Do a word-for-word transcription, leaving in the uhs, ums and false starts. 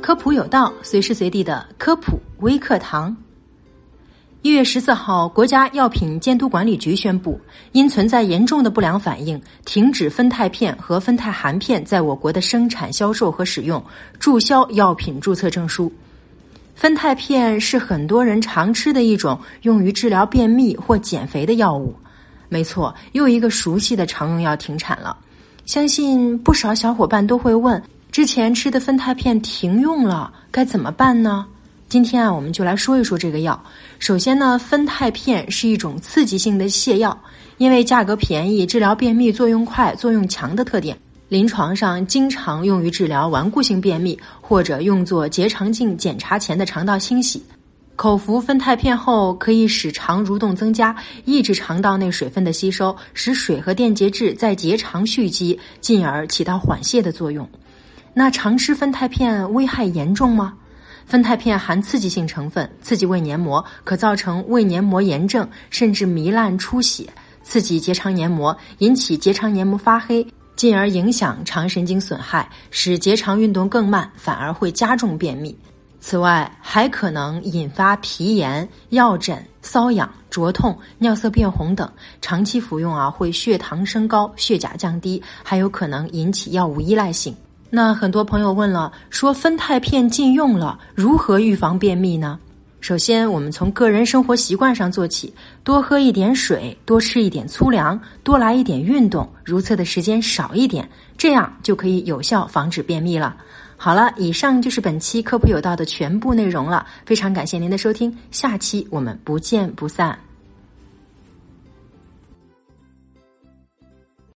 科普有道，随时随地的科普微课堂。一月十四号，国家药品监督管理局宣布，因存在严重的不良反应，停止酚酞片和酚酞含片在我国的生产、销售和使用，注销药品注册证书。酚酞片是很多人常吃的一种用于治疗便秘或减肥的药物。没错，又一个熟悉的常用药停产了。相信不少小伙伴都会问，之前吃的酚酞片停用了，该怎么办呢？今天啊，我们就来说一说这个药。首先呢，酚酞片是一种刺激性的泻药，因为价格便宜、治疗便秘、作用快、作用强的特点，临床上经常用于治疗顽固性便秘，或者用作结肠镜检查前的肠道清洗。口服酚酞片后，可以使肠蠕动增加，抑制肠道内水分的吸收，使水和电解质在结肠蓄积，进而起到缓泻的作用。那常吃酚酞片危害严重吗？酚酞片含刺激性成分，刺激胃黏膜，可造成胃黏膜炎症，甚至糜烂出血，刺激结肠黏膜，引起结肠黏膜发黑，进而影响肠神经损害，使结肠运动更慢，反而会加重便秘。此外，还可能引发皮炎、药疹、瘙痒、灼痛、尿色变红等。长期服用啊，会血糖升高、血钾降低，还有可能引起药物依赖性。那很多朋友问了，说酚酞片禁用了，如何预防便秘呢？首先，我们从个人生活习惯上做起，多喝一点水，多吃一点粗粮，多来一点运动，如厕的时间少一点，这样就可以有效防止便秘了。好了，以上就是本期科普有道的全部内容了，非常感谢您的收听，下期我们不见不散。